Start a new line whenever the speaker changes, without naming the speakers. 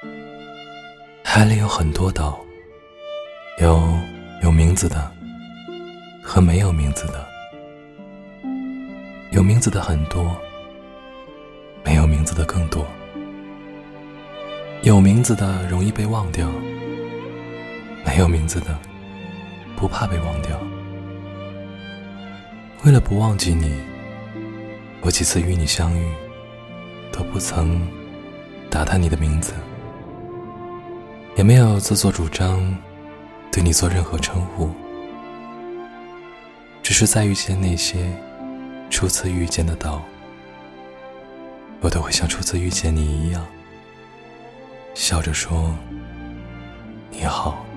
海里有很多岛，有名字的和没有名字的，有名字的很多，没有名字的更多。有名字的容易被忘掉，没有名字的不怕被忘掉。为了不忘记你，我几次与你相遇都不曾打探你的名字，也没有自作主张对你做任何称呼，只是在遇见那些初次遇见的岛，我都会像初次遇见你一样，笑着说你好。